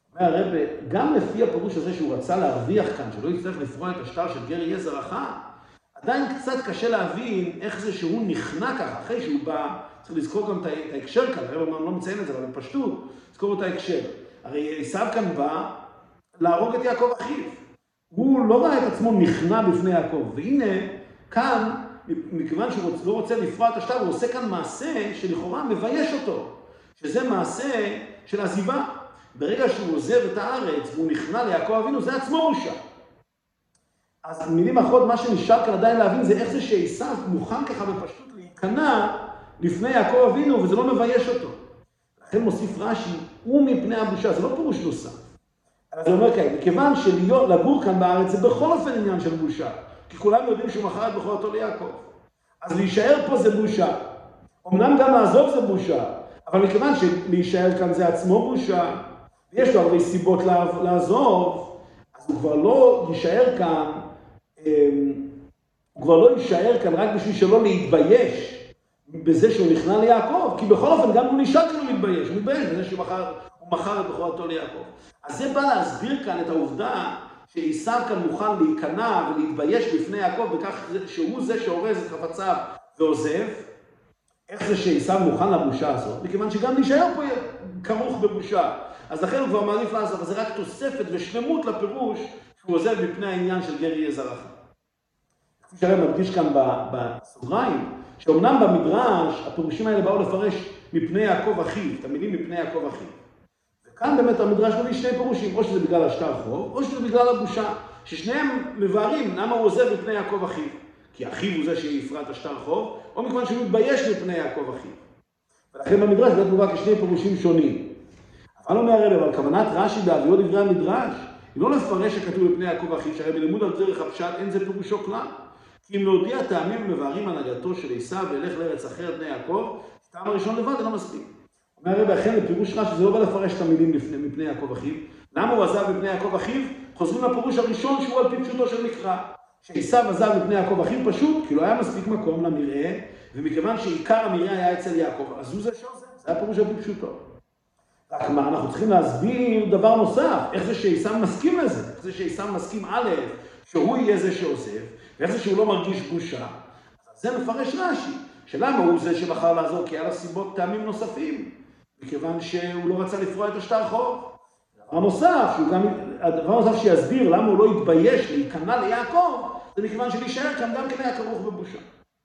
והרב, גם לפי הפירוש הזה שהוא רצה להרוויח כאן, שלא יצטרך לפרוע את השטר של גר יהיה זרעך, עדיין קצת קשה להבין איך זה שהוא נכנע ככה, אחרי שהוא בא, צריך לזכור גם את ההקשר כאן, הרב לא מציין את זה, אבל בפשטות, לזכור את ההקשר. הרי עשיו כאן בא להרוג את יעקב אחיו. הוא לא ראה את עצמו נכנע בפני יעקב, והנה כאן, מכיוון שהוא לא רוצה לפרוע את השטר, הוא עושה כאן מעשה שלכאורה מבייש אותו, שזה מעשה של עזיבה. ברגע שהוא עוזב את הארץ והוא נכנע ליעקב אבינו, זה עצמו בושה. אז במילים אחרות, מה שנשאר כאן עדיין להבין זה איך זה שעשיו מוכן ככה בפשטות להיכנע לפני יעקב אבינו, וזה לא מבייש אותו. לכן מוסיף רש"י, הוא מפני הבושה, זה לא פירוש נוסף. זה אומר כאן, מכיוון שלגור כאן בארץ זה בכל אופן עניין של בושה, כי כולם יודעים שהוא מכר את בכורתו ליעקב. אז להישאר פה זה בושה. אמנם גם לעזוב זה בושה, אבל מכיוון שלהישאר כאן זה עצמו בושה, ויש לו הרבה סיבות לעזוב, אז הוא כבר לא יישאר כאן, הוא כבר לא יישאר כאן רק בשביל שלא להתבייש בזה שהוא נכנע ליעקב, כי בכל אופן גם הוא נשאר כאן הוא מתבייש, הוא מתבייש בזה שהוא מכר, הוא מכר את בכורתו ליעקב. אז זה בא להסביר כאן את העובדה שעשיו כאן מוכן להיכנע ולהתבייש בפני יעקב, בכך שהוא זה שאורז את חפציו ועוזב. איך זה שעשיו מוכן לבושה הזאת? מכיוון שגם להישאר פה כרוך בבושה. אז לכן הוא כבר מעדיף לעזוב, אז זה רק תוספת ושלמות לפירוש שהוא עוזב מפני העניין של גר יהיה זרעך. כפי שהרב מדגיש כאן בסוגריים, שאומנם במדרש הפירושים האלה באו לפרש מפני יעקב אחיו, את המילים מפני יעקב אחיו. וכאן באמת המדרש מביא שני פירושים, או שזה בגלל השטר חוב, או שזה בגלל הבושה, ששניהם מבארים למה הוא עוזב מפני יעקב אחיו. כי אחיו הוא זה שיפרע את השטר חוב, או מכיוון שהוא מתבייש מפני יעקב אחיו. ולכן במדרש באמת מובא כשני פירושים שונים. אבל אומר הרב, אבל כוונת רש"י בהביאו דברי המדרש, היא לא לפרש שכתוב מפני יעקב אחיו, שהרי בלימוד על דרך הפשט אין זה פירושו כלל. כי אם להודיע טעמים מבארים הנהגתו של עשיו וילך לארץ אחרת בני יעקב, טעם הראשון לבד אינו מספיק. אומר הרב, אכן לפירוש רש"י זה לא בא לפרש את המילים מפני יעקב אחיו. למה הוא עזב מפני יעקב אחיו? חוזרים לפרוש הראשון שהוא על פי פשוטו של מקרא. שעשיו עזב מפני יעקב אחיו פשוט, כי לא היה מספיק מקום למרעה, ומכיוון שעיקר המרעה היה אצל יעקב, אז הוא זה שעוזב, זה היה פירוש על פי פשוטו. רק מה, אנחנו צריכים להסביר דבר נוסף, איך זה שעשיו מסכים לזה, איך זה שעשיו מסכים א', שהוא יהיה זה שעוזב, ואיך זה שהוא לא מרגיש בושה. אז זה מפרש רש"י, שלמה הוא זה שבחר לעזוב, כי היה לו סיבות טעמים נוספים, מכיוון שהוא לא רצה לפרוע את השטר חוב. הדבר נוסף, שהוא גם, הדבר נוסף שיסביר למה הוא לא התבייש להיכנע ליעקב, זה מכיוון שלהישאר כאן גם כן היה כרוך בבושה.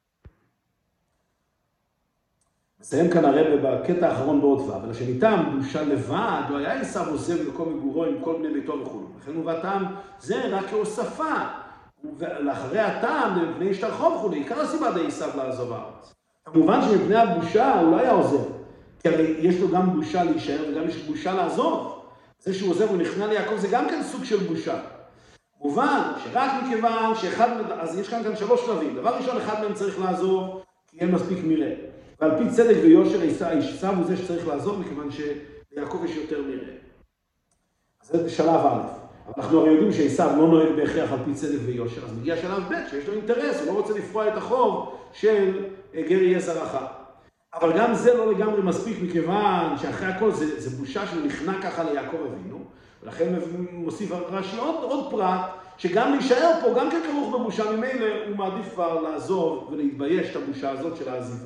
מסיים כאן הרב בקטע האחרון בעוד ו', אלא שניתן בושה לבד, או היה עשיו עוזב מקום מגורו עם כל בני ביתו וכו'. לכן הוא והטעם זה רק כהוספה, ולאחרי הטעם, מפני השטר חוב וכו', עיקר הסיבה די עשיו לעזוב הארץ. כמובן שמפני הבושה הוא לא היה עוזב, כי הרי יש לו גם בושה להישאר וגם יש בושה לעזוב. זה שהוא עוזב ונכנע ליעקב זה גם כן סוג של בושה. מובן שרק מכיוון שאחד, אז יש כאן כאן שלוש שלבים. דבר ראשון, אחד מהם צריך לעזוב, כי אין מספיק מרעה. ועל פי צדק ויושר, עשיו הוא זה שצריך לעזוב, מכיוון שליעקב יש יותר מרעה. אז זה שלב א'. אבל אנחנו הרי יודעים שעשיו לא נוהג בהכרח על פי צדק ויושר, אז מגיע שלב ב' שיש לו אינטרס, הוא לא רוצה לפרוע את החוב של גר יהיה זרעך. אבל גם זה לא לגמרי מספיק, מכיוון שאחרי הכל זה, זה בושה שהוא נכנע ככה ליעקב אבינו, ולכן מוסיף רש"י עוד, עוד פרט, שגם להישאר פה, גם ככרוך בבושה ממילא, הוא מעדיף כבר לעזוב ולהתבייש את הבושה הזאת של העזיבה.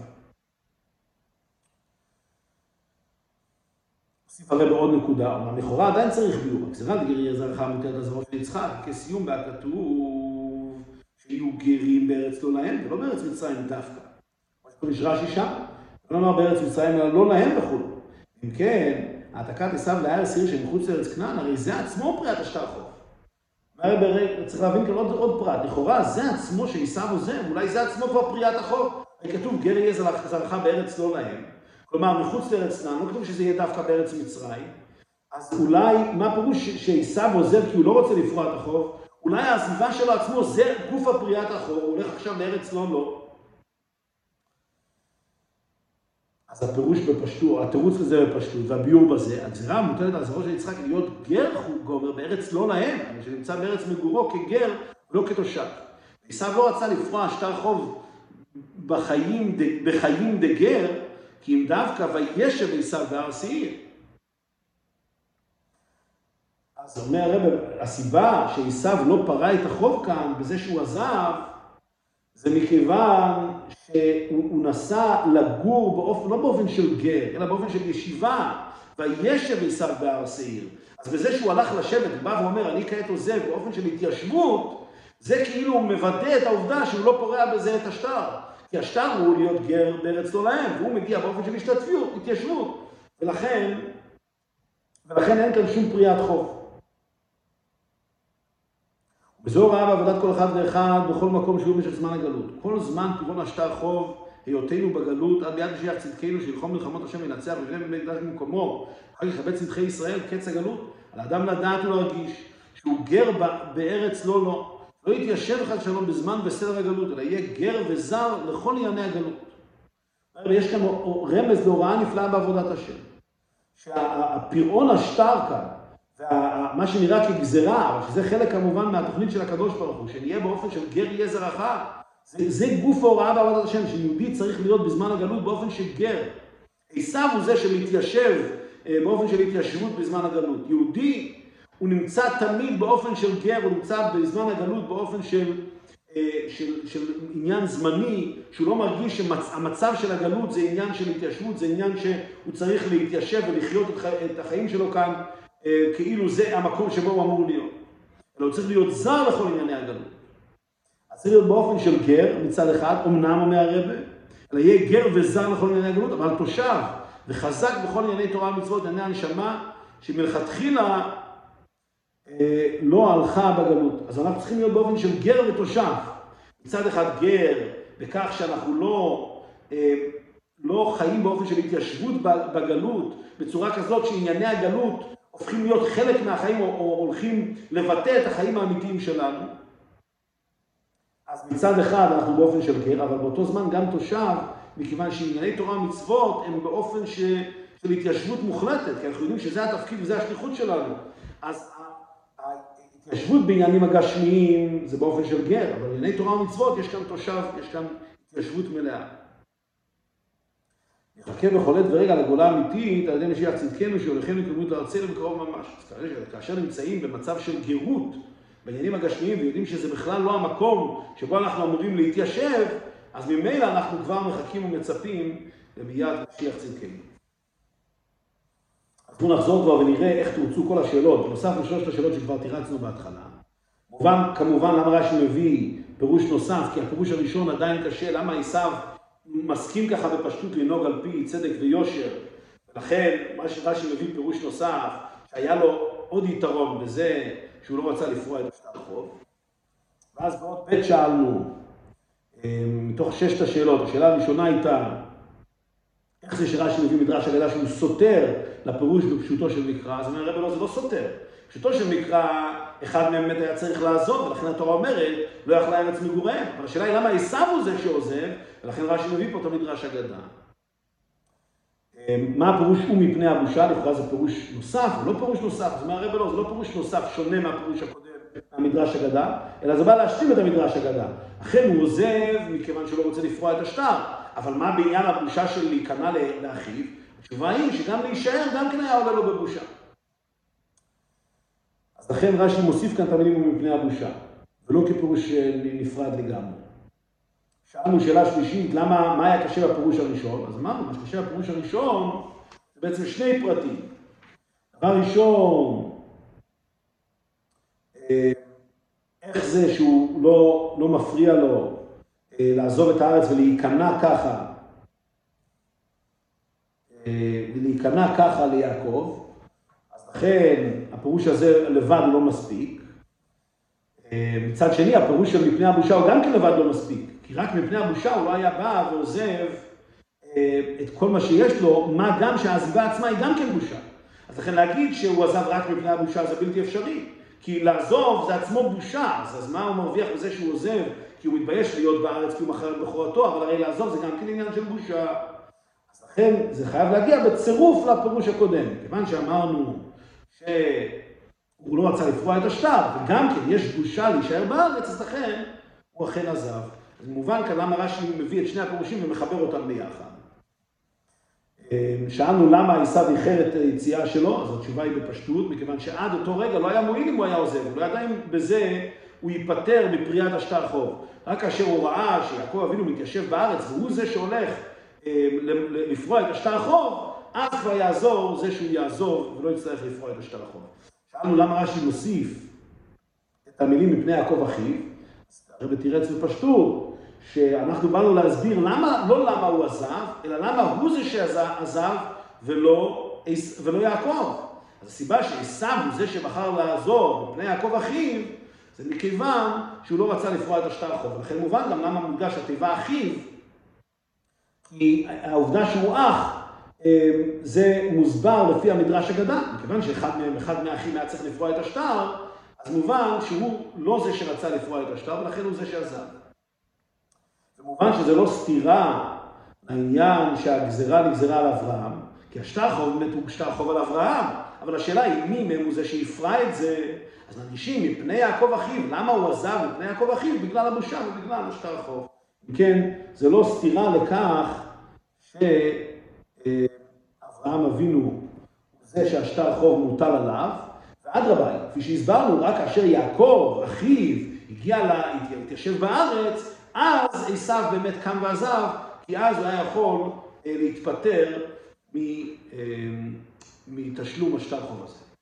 מוסיף הרי בעוד נקודה, אומנם לכאורה עדיין צריך ביור, הגזירה לגר יהיה זרעך מוטלת על זרעו של יצחק, כסיום בה כתוב שיהיו גרים בארץ לא להם, ולא בארץ מצרים דווקא. יש רש"י שם, לא אומר בארץ מצרים, אלא לא להם וכו'. אם כן, העתקת עשיו לארץ עיר שמחוץ לארץ כנען, הרי זה עצמו פריעת השטר חוב. צריך להבין כאן עוד, עוד פרט, לכאורה זה עצמו שעשיו עוזב, אולי זה עצמו כבר פריעת החוב. הרי כתוב גר יהיה זרעך בארץ לא להם, כלומר מחוץ לארץ כנען, לא כתוב שזה יהיה דווקא בארץ מצרים, אז אולי, מה פירוש שעשיו עוזב כי הוא לא רוצה לפרוע את החוב? אולי העזיבה שלו עצמו זה גוף הפריעת החוב, הוא הולך עכשיו לארץ לא לא. אז הפירוש בפשטות, התירוץ לזה בפשטות, והביור בזה, הגזירה מוטלת על זרעו של יצחק להיות גר גומר בארץ לא להם, שנמצא בארץ מגורו כגר, לא כתושב. עשיו לא רצה לפרוע שטר חוב בחיים, בחיים דגר, כי אם דווקא וישב עשיו בהר שעיר. אז אומר הרב, הסיבה שעשיו לא פרע את החוב כאן, בזה שהוא עזב, זה מכיוון שהוא נסע לגור באופן, לא באופן של גר, אלא באופן של ישיבה, וישב עשיו בהר שעיר. אז בזה שהוא הלך לשבת, הוא בא ואומר, אני כעת עוזב באופן של התיישבות, זה כאילו הוא מוודא את העובדה שהוא לא פורע בזה את השטר. כי השטר הוא להיות גר בארץ לא להם, והוא מגיע באופן של השתתפות, התיישבות. ולכן, ולכן אין כאן שום פריעת חוב. וזו הוראה בעבודת כל אחד ואחד בכל מקום שהוא במשך זמן הגלות. כל זמן פירעון השטר חוב, היותנו בגלות, עד ביד משיח צדקנו, שילחום מלחמות השם ינצח וישלם בבית מקדש במקומו, אחר כך יכבד צדקי ישראל, קץ הגלות, על האדם לדעת ולהרגיש שהוא גר בארץ לא לא. לא יתיישב אחד שלום בזמן וסדר הגלות, אלא יהיה גר וזר לכל ענייני הגלות. ויש כאן רמז להוראה נפלאה בעבודת השם. שהפירעון השטר כאן, ומה שנראה כגזרה, אבל שזה חלק כמובן מהתוכנית של הקדוש ברוך הוא, שנהיה באופן של גר יהיה זרעך, זה, זה גוף ההוראה בעבודת השם, שיהודי צריך להיות בזמן הגלות באופן של גר. עשיו הוא זה שמתיישב באופן של התיישבות בזמן הגלות. יהודי הוא נמצא תמיד באופן של גר, הוא נמצא בזמן הגלות באופן של, של, של עניין זמני, שהוא לא מרגיש שהמצב של הגלות זה עניין של התיישבות, זה עניין שהוא צריך להתיישב ולחיות את החיים שלו כאן, כאילו זה המקום שבו הוא אמור להיות. אלא הוא צריך להיות זר לכל ענייני הגלות. אז צריך להיות באופן של גר מצד אחד, אמנם אומר הרבה, אלא יהיה גר וזר לכל ענייני הגלות, אבל תושב וחזק בכל ענייני תורה ומצוות, ענייני הנשמה, שמלכתחילה אה, לא הלכה בגלות. אז אנחנו צריכים להיות באופן של גר ותושב. מצד אחד גר, בכך שאנחנו לא, אה, לא חיים באופן של התיישבות בגלות, בצורה כזאת שענייני הגלות הופכים להיות חלק מהחיים, או, או הולכים לבטא את החיים האמיתיים שלנו. אז מצד אחד אנחנו באופן של גר, אבל באותו זמן גם תושב, מכיוון שענייני תורה ומצוות הם באופן ש... של התיישבות מוחלטת, כי אנחנו יודעים שזה התפקיד וזה השליחות שלנו. אז ההתיישבות בעניינים הגשמיים זה באופן של גר, אבל בענייני תורה ומצוות יש כאן תושב, יש כאן התיישבות מלאה. נחכה בכל עת ורגע לגאולה אמיתית על ידי משיח צדקנו שהולכים לקרבות לארצנו בקרוב ממש. כאשר נמצאים במצב של גרות בעניינים הגשמיים ויודעים שזה בכלל לא המקום שבו אנחנו אמורים להתיישב, אז ממילא אנחנו כבר מחכים ומצפים לביאת משיח צדקנו. אז בואו נחזור כבר ונראה איך תרצו כל השאלות, בנוסף לשלושת השאלות שכבר תירצנו בהתחלה. מובן, כמובן למה רש"י מביא פירוש נוסף, כי הפירוש הראשון עדיין קשה, למה עשיו מסכים ככה בפשטות לנהוג על פי צדק ויושר, ולכן מה שרש"י מביא פירוש נוסף, שהיה לו עוד יתרון בזה שהוא לא רצה לפרוע את השטר חוב. ואז בעוד בית שאלנו, מתוך ששת השאלות, השאלה הראשונה הייתה, איך זה שרש"י מביא מדרש אגדה שהוא סותר לפירוש בפשוטו של מקרא? אז אומר הרב לא, זה לא סותר. פשוטו של מקרא, אחד מהם באמת היה צריך לעזוב, ולכן התורה אומרת, לא יכלה ארץ מגוריהם. אבל השאלה היא למה עשיו הוא זה שעוזב, ולכן רש"י מביא פה את המדרש אגדה. מה הפירוש הוא מפני הבושה? לכאורה זה פירוש נוסף, או לא פירוש נוסף. אז אומר הרב לא, זה לא פירוש נוסף שונה מהפירוש הקודם, מהמדרש אגדה, אלא זה בא להשלים את המדרש אגדה. אכן הוא עוזב מכיוון שהוא לא רוצה לפרוע את השטר, אבל מה בעניין הבושה של להיכנע לאחיו? התשובה היא שגם להישאר גם כן היה עולה לו בבושה. אז לכן רש"י מוסיף כאן את המילים מפני הבושה, ולא כפירוש נפרד לגמרי. שאלנו שאלה שלישית, למה, מה היה קשה בפירוש הראשון? אז אמרנו, מה שקשה בפירוש הראשון זה בעצם שני פרטים. דבר ראשון, איך זה שהוא לא, לא מפריע לו לעזוב את הארץ ולהיכנע ככה, ולהיכנע ככה ליעקב, אז לכן הפירוש הזה לבד הוא לא מספיק. מצד שני, הפירוש של מפני הבושה הוא גם כן לבד לא מספיק, כי רק מפני הבושה הוא לא היה בא ועוזב את כל מה שיש לו, מה גם שהעזיבה עצמה היא גם כן בושה. אז לכן להגיד שהוא עזב רק מפני הבושה זה בלתי אפשרי, כי לעזוב זה עצמו בושה, אז מה הוא מרוויח בזה שהוא עוזב? כי הוא מתבייש להיות בארץ כי הוא מכר את בכורתו, אבל הרי לעזוב זה גם כן עניין של בושה. אז לכן זה חייב להגיע בצירוף לפירוש הקודם, כיוון שאמרנו שהוא לא רצה לפרוע את השטר, וגם כן יש בושה להישאר בארץ, אז לכן הוא אכן עזב. אז מובן כאן למה רש"י מביא את שני הפירושים ומחבר אותם ביחד. שאלנו למה עשיו איחר את היציאה שלו, אז התשובה היא בפשטות, מכיוון שעד אותו רגע לא היה מועיל אם הוא היה עוזב, הוא לא ידע אם בזה הוא ייפטר מפריעת השטר חוב. רק כאשר הוא ראה שיעקב אבינו מתיישב בארץ, והוא זה שהולך אה, לפרוע את השטר חוב, אז כבר יעזור זה שהוא יעזור ולא יצטרך לפרוע את השטר החוב. שאלנו למה רש"י מוסיף את המילים מפני יעקב אחיו, הרב תירץ בפשטות, שאנחנו באנו להסביר למה, לא למה הוא עזב, אלא למה הוא זה שעזב ולא, ולא יעקב. אז הסיבה שעשיו הוא זה שבחר לעזור מפני יעקב אחיו, זה מכיוון שהוא לא רצה לפרוע את השטר החוב. ולכן מובן גם למה מודגש התיבה אחיו, כי העובדה שהוא אח, זה מוסבר לפי המדרש אגדה, מכיוון שאחד מהם, אחד מהאחים היה צריך לפרוע את השטר, אז מובן שהוא לא זה שרצה לפרוע את השטר, ולכן הוא זה שעזב. ומובן שזה לא סתירה לעניין שהגזרה נגזרה על אברהם, כי השטר חוב באמת הוא שטר חוב על אברהם, אבל השאלה היא מי מהם הוא זה שיפרע את זה, אז מרגישים מפני יעקב אחיו, למה הוא עזב מפני יעקב אחיו? בגלל הבושה ובגלל השטר חוב. כן, זה לא סתירה לכך שאברהם אבינו זה שהשטר חוב מוטל עליו, ואדרבה, כפי שהסברנו, רק כאשר יעקב אחיו הגיע להתיישב בארץ, אז עשיו באמת קם ועזב, כי אז הוא היה יכול להתפטר מתשלום השטר חוב הזה.